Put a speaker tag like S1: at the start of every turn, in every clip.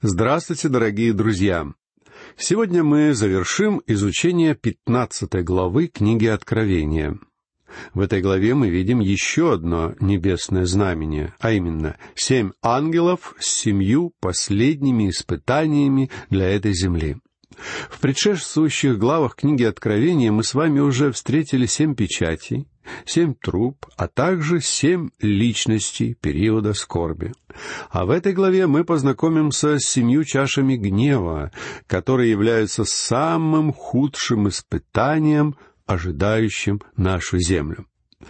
S1: Здравствуйте, дорогие друзья! Сегодня мы завершим изучение 15 главы книги Откровения. В этой главе мы видим еще одно небесное знамение, а именно 7 ангелов с 7 последними испытаниями для этой земли. В предшествующих главах книги Откровения мы с вами уже встретили 7 печатей, 7 труб, а также 7 личностей периода скорби. А в этой главе мы познакомимся с 7 чашами гнева, которые являются самым худшим испытанием, ожидающим нашу землю.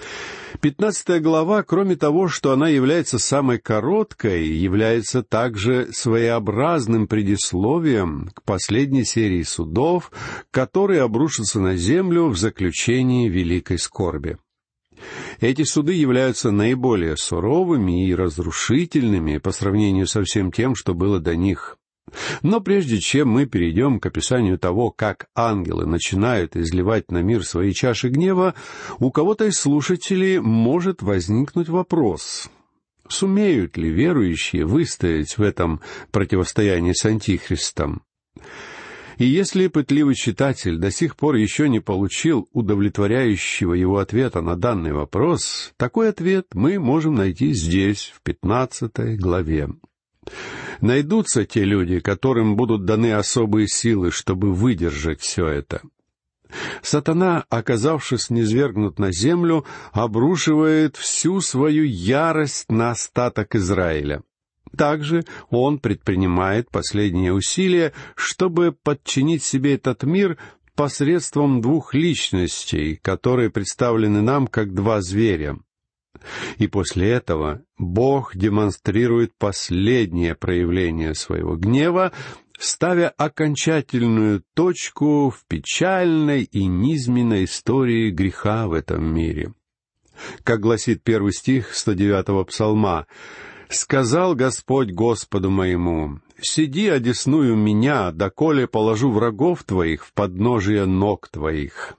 S1: 15 глава, кроме того, что она является самой короткой, является также своеобразным предисловием к последней серии судов, которые обрушатся на землю в заключении великой скорби. Эти суды являются наиболее суровыми и разрушительными по сравнению со всем тем, что было до них. Но прежде чем мы перейдем к описанию того, как ангелы начинают изливать на мир свои чаши гнева, у кого-то из слушателей может возникнуть вопрос: сумеют ли верующие выстоять в этом противостоянии с Антихристом? И если пытливый читатель до сих пор еще не получил удовлетворяющего его ответа на данный вопрос, такой ответ мы можем найти здесь, в 15 главе. Найдутся те люди, которым будут даны особые силы, чтобы выдержать все это. Сатана, оказавшись низвергнут на землю, обрушивает всю свою ярость на остаток Израиля. Также он предпринимает последние усилия, чтобы подчинить себе этот мир посредством 2 личностей, которые представлены нам как 2 зверя. И после этого Бог демонстрирует последнее проявление своего гнева, ставя окончательную точку в печальной и низменной истории греха в этом мире. Как гласит 1 стих 109 псалма: «Сказал Господь Господу моему: сиди одесную меня, доколе положу врагов твоих в подножие ног твоих».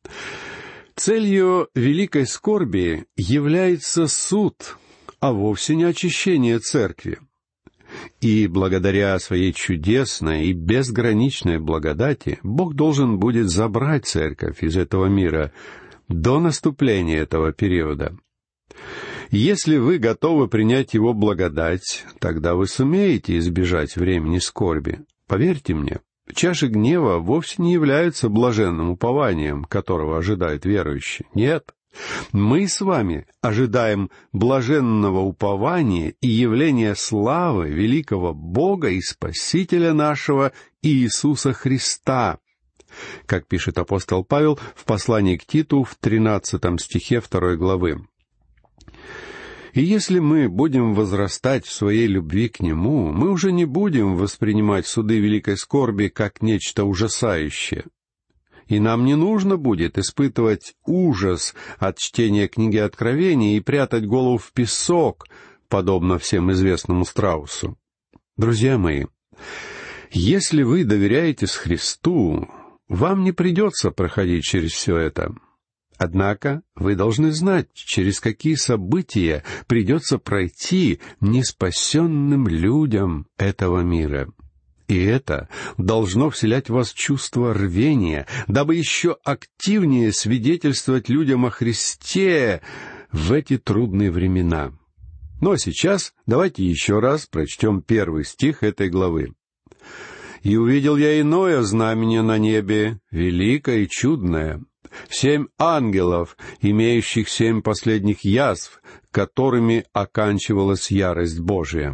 S1: Целью великой скорби является суд, а вовсе не очищение церкви. И благодаря своей чудесной и безграничной благодати Бог должен будет забрать церковь из этого мира до наступления этого периода. Если вы готовы принять Его благодать, тогда вы сумеете избежать времени скорби. Поверьте мне, чаши гнева вовсе не являются блаженным упованием, которого ожидают верующие. Нет, мы с вами ожидаем блаженного упования и явления славы великого Бога и Спасителя нашего Иисуса Христа, как пишет апостол Павел в послании к Титу в 13 стихе 2 главы. И если мы будем возрастать в своей любви к Нему, мы уже не будем воспринимать суды великой скорби как нечто ужасающее. И нам не нужно будет испытывать ужас от чтения книги Откровения и прятать голову в песок, подобно всем известному страусу. Друзья мои, если вы доверяетесь Христу, вам не придется проходить через все это. Однако вы должны знать, через какие события придется пройти неспасенным людям этого мира. И это должно вселять в вас чувство рвения, дабы еще активнее свидетельствовать людям о Христе в эти трудные времена. Ну а сейчас давайте еще раз прочтем 1 стих этой главы. «И увидел я иное знамение на небе, великое и чудное, 7 ангелов, имеющих 7 последних язв, которыми оканчивалась ярость Божия».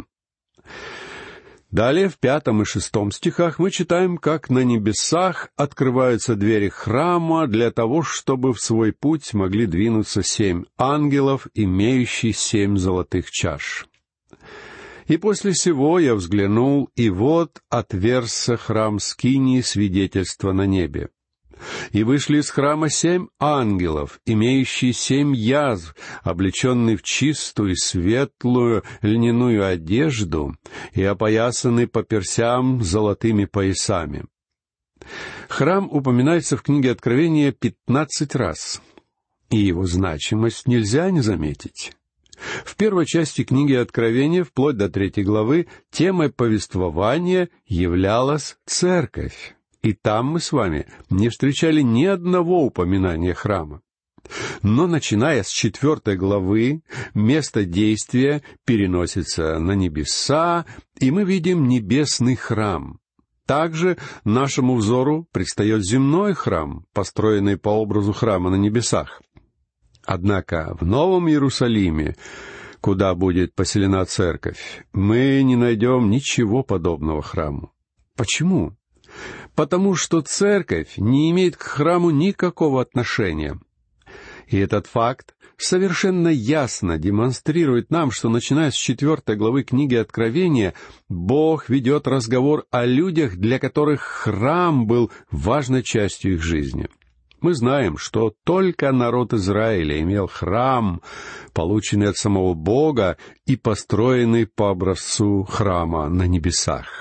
S1: Далее в 5 и 6 стихах мы читаем, как на небесах открываются двери храма для того, чтобы в свой путь могли двинуться 7 ангелов, имеющие 7 золотых чаш. «И после сего я взглянул, и вот отверзся храм скинии свидетельства на небе. И вышли из храма 7 ангелов, имеющие 7 язв, облеченные в чистую и светлую льняную одежду и опоясанные по персям золотыми поясами». Храм упоминается в книге Откровения 15 раз, и его значимость нельзя не заметить. В первой части книги Откровения, вплоть до 3 главы, темой повествования являлась церковь. И там мы с вами не встречали ни одного упоминания храма. Но, начиная с 4 главы, место действия переносится на небеса, и мы видим небесный храм. Также нашему взору предстает земной храм, построенный по образу храма на небесах. Однако в Новом Иерусалиме, куда будет поселена церковь, мы не найдем ничего подобного храму. Почему? Потому что церковь не имеет к храму никакого отношения. И этот факт совершенно ясно демонстрирует нам, что, начиная с 4 главы книги Откровения, Бог ведет разговор о людях, для которых храм был важной частью их жизни. Мы знаем, что только народ Израиля имел храм, полученный от самого Бога и построенный по образцу храма на небесах.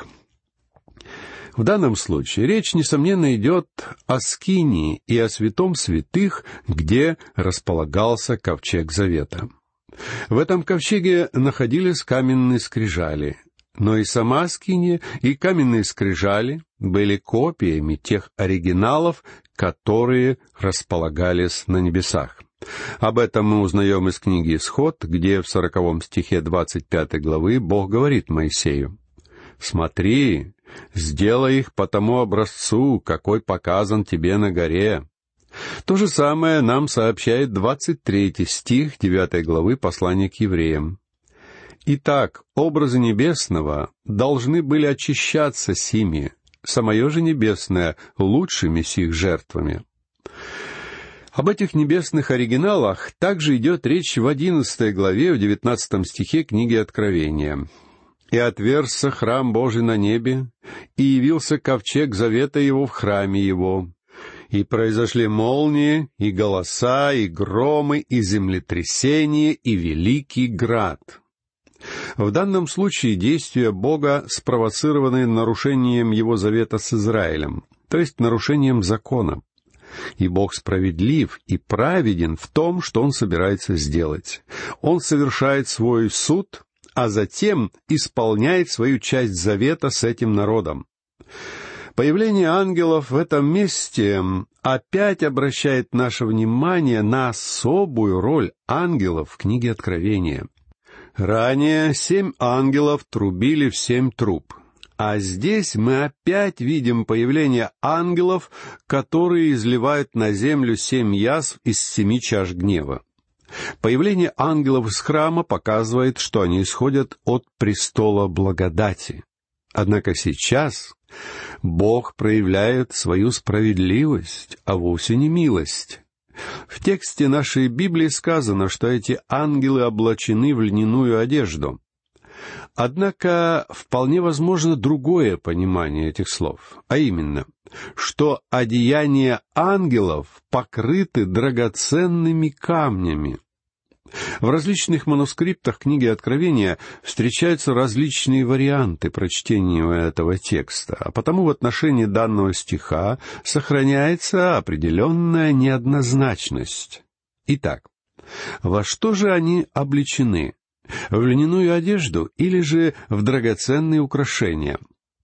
S1: В данном случае речь, несомненно, идет о скинии и о святом святых, где располагался ковчег завета. В этом ковчеге находились каменные скрижали, но и сама скиния, и каменные скрижали были копиями тех оригиналов, которые располагались на небесах. Об этом мы узнаем из книги «Исход», где в 40 стихе 25 главы Бог говорит Моисею: «Смотри, сделай их по тому образцу, какой показан тебе на горе». То же самое нам сообщает 23 стих 9 главы послания к евреям. «Итак, образы небесного должны были очищаться сими, самое же небесное лучшими сих жертвами». Об этих небесных оригиналах также идет речь в 11 главе, в 19 стихе книги Откровения. «И отверзся храм Божий на небе, и явился ковчег завета его в храме его. И произошли молнии, и голоса, и громы, и землетрясение, и великий град». В данном случае действия Бога спровоцированы нарушением Его завета с Израилем, то есть нарушением закона. И Бог справедлив и праведен в том, что Он собирается сделать. Он совершает свой суд, а затем исполняет свою часть завета с этим народом. Появление ангелов в этом месте опять обращает наше внимание на особую роль ангелов в книге Откровения. Ранее 7 ангелов трубили в 7 труб, а здесь мы опять видим появление ангелов, которые изливают на землю 7 язв из 7 чаш гнева. Появление ангелов из храма показывает, что они исходят от престола благодати. Однако сейчас Бог проявляет свою справедливость, а вовсе не милость. В тексте нашей Библии сказано, что эти ангелы облачены в льняную одежду. Однако вполне возможно другое понимание этих слов, а именно, что одеяния ангелов покрыты драгоценными камнями. В различных манускриптах книги Откровения встречаются различные варианты прочтения этого текста, а потому в отношении данного стиха сохраняется определенная неоднозначность. Итак, во что же они облечены? В льняную одежду или же в драгоценные украшения?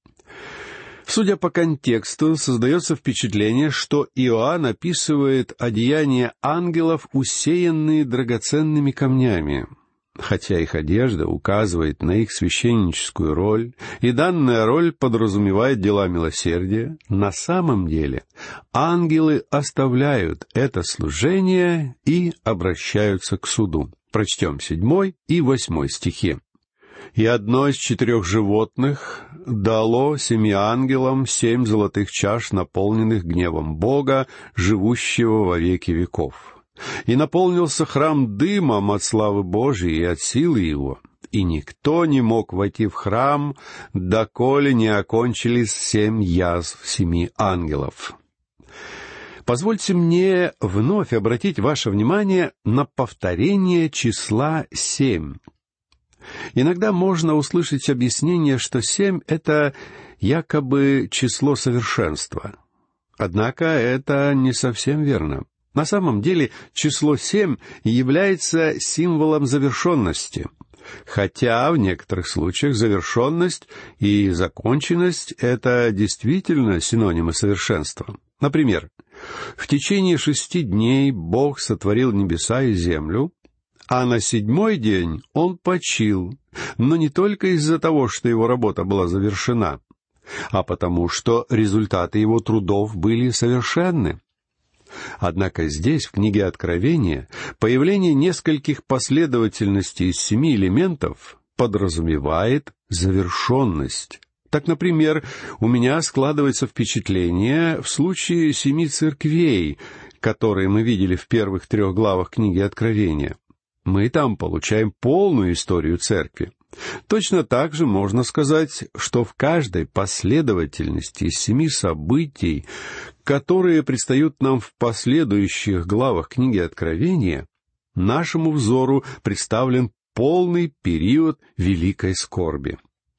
S1: Судя по контексту, создается впечатление, что Иоанн описывает одеяния ангелов, усеянные драгоценными камнями. Хотя их одежда указывает на их священническую роль, и данная роль подразумевает дела милосердия, на самом деле ангелы оставляют это служение и обращаются к суду. Прочтем 7 и 8 стихи. «И одно из 4 животных дало 7 ангелам 7 золотых чаш, наполненных гневом Бога, живущего во веки веков. И наполнился храм дымом от славы Божией и от силы его, и никто не мог войти в храм, доколе не окончились 7 язв 7 ангелов». Позвольте мне вновь обратить ваше внимание на повторение числа 7. Иногда можно услышать объяснение, что 7 — это якобы число совершенства. Однако это не совсем верно. На самом деле число 7 является символом завершенности, хотя в некоторых случаях завершенность и законченность — это действительно синонимы совершенства. Например, в течение 6 дней Бог сотворил небеса и землю, а на 7-й день Он почил, но не только из-за того, что Его работа была завершена, а потому что результаты Его трудов были совершенны. Однако здесь, в книге Откровения, появление нескольких последовательностей из 7 элементов подразумевает завершенность. Так, например, у меня складывается впечатление в случае 7 церквей, которые мы видели в первых 3 главах книги Откровения. Мы там получаем полную историю церкви. Точно так же можно сказать, что в каждой последовательности из 7 событий, которые предстают нам в последующих главах книги Откровения, нашему взору представлен полный период великой скорби.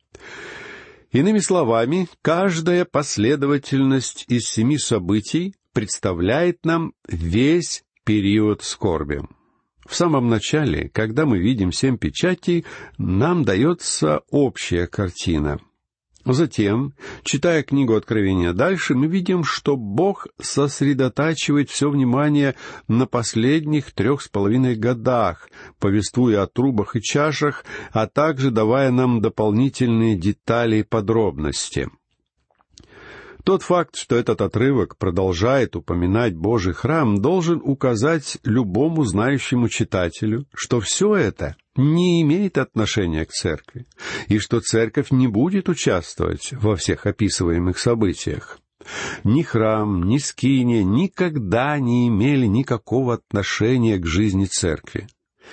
S1: Иными словами, каждая последовательность из 7 событий представляет нам весь период скорби. В самом начале, когда мы видим 7 печатей, нам дается общая картина. Затем, читая книгу Откровения дальше, мы видим, что Бог сосредотачивает все внимание на последних 3,5 годах, повествуя о трубах и чашах, а также давая нам дополнительные детали и подробности. Тот факт, что этот отрывок продолжает упоминать Божий храм, должен указать любому знающему читателю, что все это не имеет отношения к церкви, и что церковь не будет участвовать во всех описываемых событиях. Ни храм, ни скиния никогда не имели никакого отношения к жизни церкви.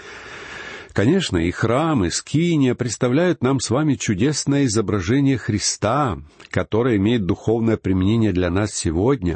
S1: Конечно, и храм, и скиния представляют нам с вами чудесное изображение Христа, которое имеет духовное применение для нас сегодня.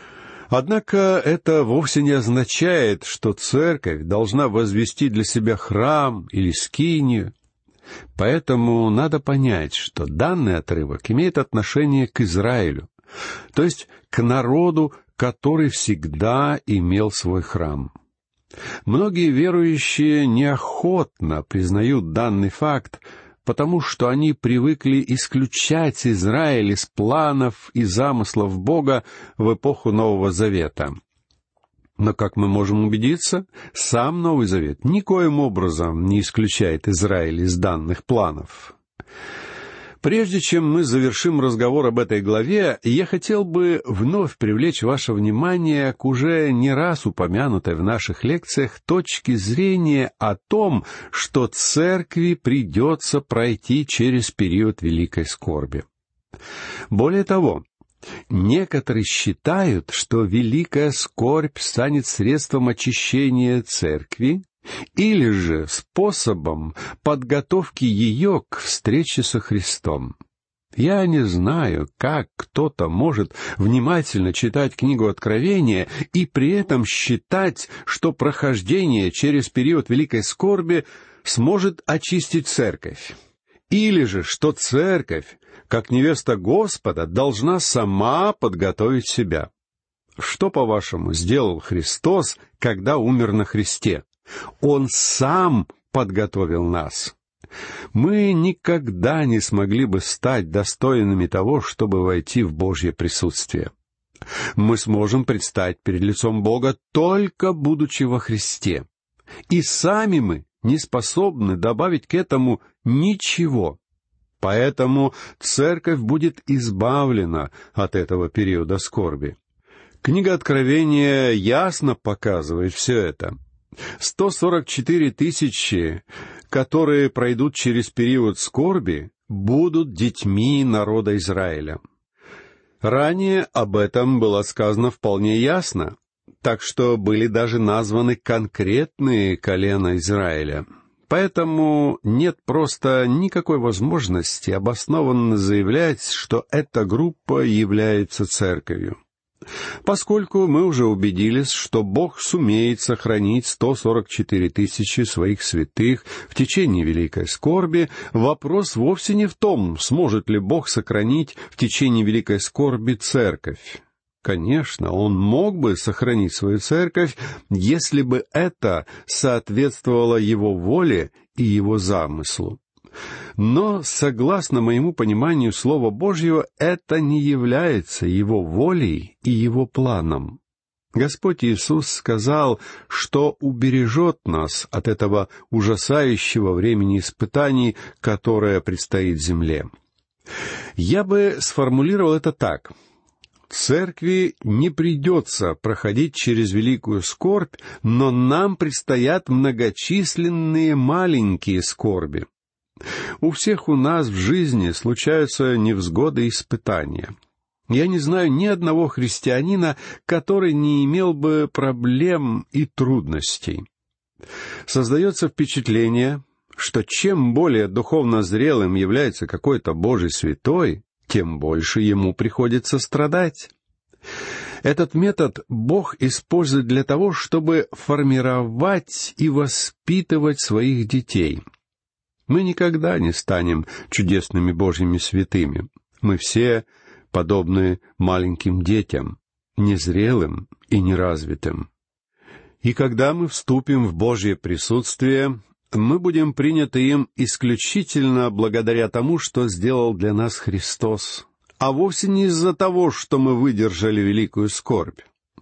S1: Однако это вовсе не означает, что церковь должна возвести для себя храм или скинию. Поэтому надо понять, что данный отрывок имеет отношение к Израилю, то есть к народу, который всегда имел свой храм. Многие верующие неохотно признают данный факт, потому что они привыкли исключать Израиль из планов и замыслов Бога в эпоху Нового Завета. Но, как мы можем убедиться, сам Новый Завет никоим образом не исключает Израиль из данных планов. Прежде чем мы завершим разговор об этой главе, я хотел бы вновь привлечь ваше внимание к уже не раз упомянутой в наших лекциях точке зрения о том, что церкви придется пройти через период великой скорби. Более того, некоторые считают, что великая скорбь станет средством очищения церкви, или же способом подготовки ее к встрече со Христом. Я не знаю, как кто-то может внимательно читать книгу Откровения и при этом считать, что прохождение через период великой скорби сможет очистить церковь. Или же, что церковь, как невеста Господа, должна сама подготовить себя. Что, по-вашему, сделал Христос, когда умер на кресте? Он сам подготовил нас. Мы никогда не смогли бы стать достойными того, чтобы войти в Божье присутствие. Мы сможем предстать перед лицом Бога, только будучи во Христе. И сами мы не способны добавить к этому ничего. Поэтому церковь будет избавлена от этого периода скорби. Книга Откровения ясно показывает все это. 144 тысячи, которые пройдут через период скорби, будут детьми народа Израиля. Ранее об этом было сказано вполне ясно, так что были даже названы конкретные колена Израиля. Поэтому нет просто никакой возможности обоснованно заявлять, что эта группа является церковью. Поскольку мы уже убедились, что Бог сумеет сохранить 144 тысячи своих святых в течение великой скорби, вопрос вовсе не в том, сможет ли Бог сохранить в течение великой скорби церковь. Конечно, он мог бы сохранить свою церковь, если бы это соответствовало его воле и его замыслу. Но, согласно моему пониманию Слова Божьего, это не является его волей и его планом. Господь Иисус сказал, что убережет нас от этого ужасающего времени испытаний, которое предстоит земле. Я бы сформулировал это так. Церкви не придется проходить через великую скорбь, но нам предстоят многочисленные маленькие скорби. У всех у нас в жизни случаются невзгоды и испытания. Я не знаю ни одного христианина, который не имел бы проблем и трудностей. Создается впечатление, что чем более духовно зрелым является какой-то Божий святой, тем больше ему приходится страдать. Этот метод Бог использует для того, чтобы формировать и воспитывать своих детей. Мы никогда не станем чудесными Божьими святыми. Мы все подобны маленьким детям, незрелым и неразвитым. И когда мы вступим в Божье присутствие, мы будем приняты им исключительно благодаря тому, что сделал для нас Христос, а вовсе не из-за того, что мы выдержали великую скорбь.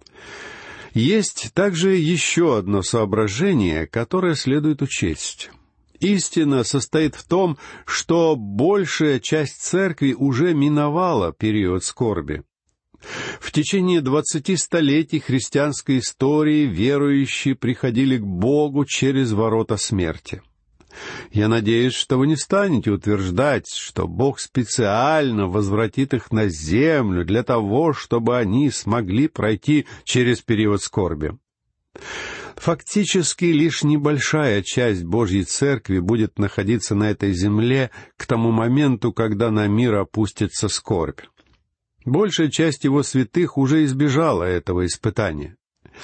S1: Есть также еще одно соображение, которое следует учесть. Истина состоит в том, что большая часть церкви уже миновала период скорби. В течение 20 столетий христианской истории верующие приходили к Богу через ворота смерти. Я надеюсь, что вы не станете утверждать, что Бог специально возвратит их на землю для того, чтобы они смогли пройти через период скорби. Фактически, лишь небольшая часть Божьей Церкви будет находиться на этой земле к тому моменту, когда на мир опустится скорбь. Большая часть его святых уже избежала этого испытания.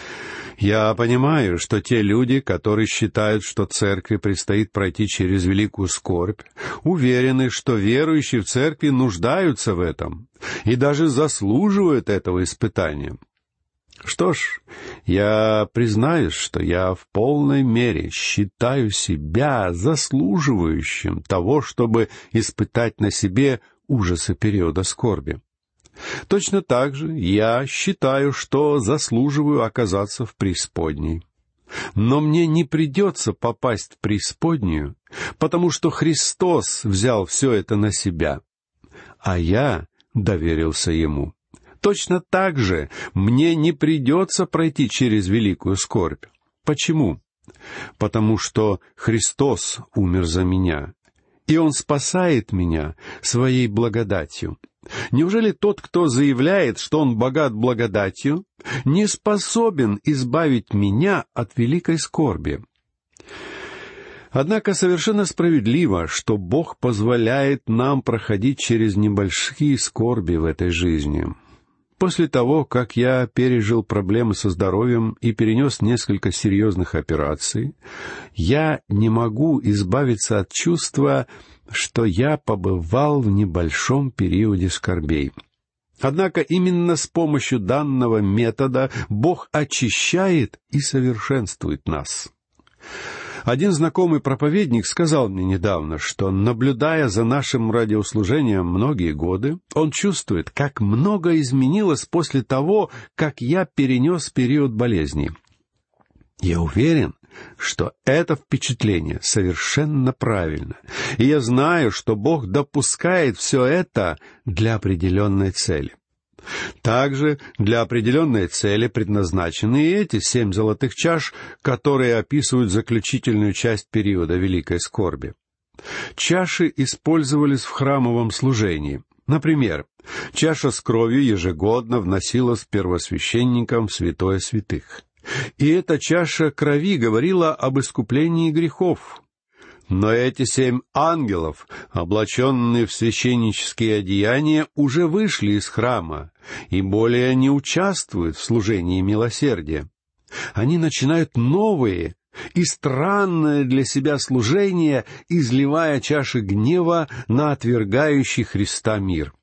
S1: Я понимаю, что те люди, которые считают, что Церкви предстоит пройти через великую скорбь, уверены, что верующие в Церкви нуждаются в этом и даже заслуживают этого испытания. Что ж, я признаюсь, что я в полной мере считаю себя заслуживающим того, чтобы испытать на себе ужасы периода скорби. Точно так же я считаю, что заслуживаю оказаться в преисподней. Но мне не придется попасть в преисподнюю, потому что Христос взял все это на себя, а я доверился Ему. Точно так же мне не придется пройти через великую скорбь. Почему? Потому что Христос умер за меня, и Он спасает меня своей благодатью. Неужели тот, кто заявляет, что он богат благодатью, не способен избавить меня от великой скорби? Однако совершенно справедливо, что Бог позволяет нам проходить через небольшие скорби в этой жизни. После того, как я пережил проблемы со здоровьем и перенес несколько серьезных операций, я не могу избавиться от чувства, что я побывал в небольшом периоде скорбей. Однако именно с помощью данного метода Бог очищает и совершенствует нас. Один знакомый проповедник сказал мне недавно, что, наблюдая за нашим радиослужением многие годы, он чувствует, как много изменилось после того, как я перенес период болезни. Я уверен, что это впечатление совершенно правильно, и я знаю, что Бог допускает все это для определенной цели. Также для определенной цели предназначены и эти 7 золотых чаш, которые описывают заключительную часть периода великой скорби. Чаши использовались в храмовом служении. Например, чаша с кровью ежегодно вносилась первосвященником в святое святых. И эта чаша крови говорила об искуплении грехов. Но эти 7 ангелов, облаченные в священнические одеяния, уже вышли из храма и более не участвуют в служении милосердия. Они начинают новые и странное для себя служение, изливая чаши гнева на отвергающий Христа мир.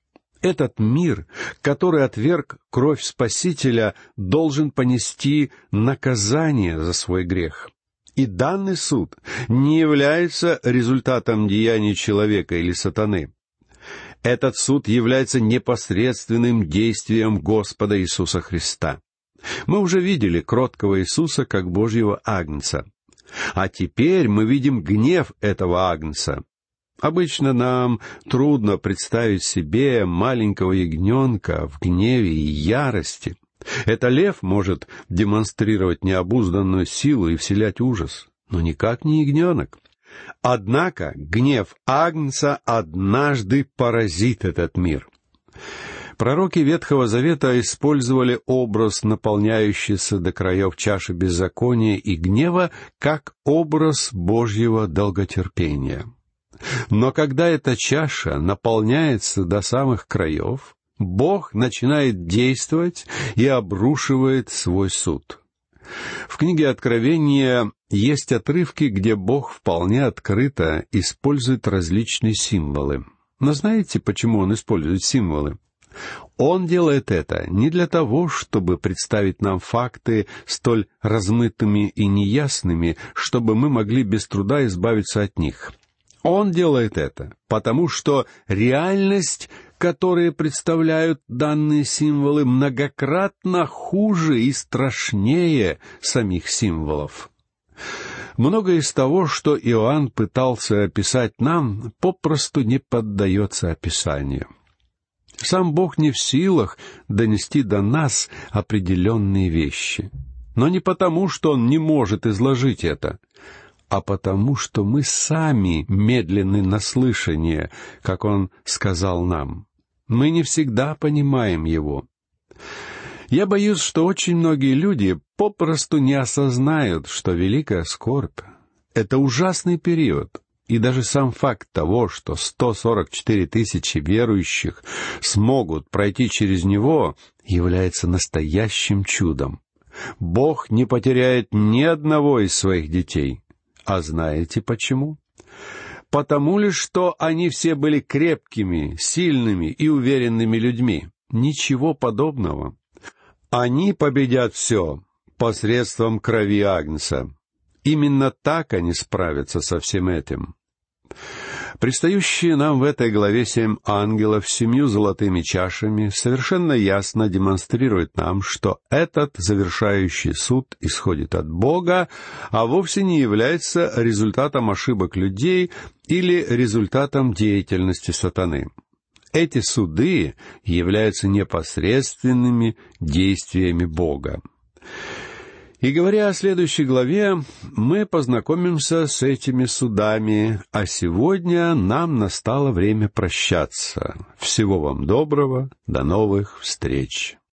S1: Этот мир, который отверг кровь Спасителя, должен понести наказание за свой грех. И данный суд не является результатом деяний человека или сатаны. Этот суд является непосредственным действием Господа Иисуса Христа. Мы уже видели кроткого Иисуса как Божьего агнца. А теперь мы видим гнев этого агнца. Обычно нам трудно представить себе маленького ягненка в гневе и ярости. Это лев может демонстрировать необузданную силу и вселять ужас, но никак не ягненок. Однако гнев агнца однажды поразит этот мир. Пророки Ветхого Завета использовали образ наполняющийся до краев чаши беззакония и гнева как образ Божьего долготерпения. Но когда эта чаша наполняется до самых краев, Бог начинает действовать и обрушивает свой суд. В книге Откровения есть отрывки, где Бог вполне открыто использует различные символы. Но знаете, почему Он использует символы? Он делает это не для того, чтобы представить нам факты столь размытыми и неясными, чтобы мы могли без труда избавиться от них. Он делает это, потому что реальность, которую представляют данные символы, многократно хуже и страшнее самих символов. Многое из того, что Иоанн пытался описать нам, попросту не поддается описанию. Сам Бог не в силах донести до нас определенные вещи. Но не потому, что Он не может изложить это, а потому, что мы сами медленны на слышание, как Он сказал нам. Мы не всегда понимаем Его. Я боюсь, что очень многие люди попросту не осознают, что великая скорбь — это ужасный период, и даже сам факт того, что 144 тысячи верующих смогут пройти через него, является настоящим чудом. Бог не потеряет ни одного из своих детей. А знаете почему? Потому лишь, что они все были крепкими, сильными и уверенными людьми. Ничего подобного. Они победят все посредством крови Агнца. Именно так они справятся со всем этим. Предстающие нам в этой главе 7 ангелов с 7 золотыми чашами совершенно ясно демонстрируют нам, что этот завершающий суд исходит от Бога, а вовсе не является результатом ошибок людей или результатом деятельности сатаны. Эти суды являются непосредственными действиями Бога. И говоря о следующей главе, мы познакомимся с этими судами, а сегодня нам настало время прощаться. Всего вам доброго, до новых встреч!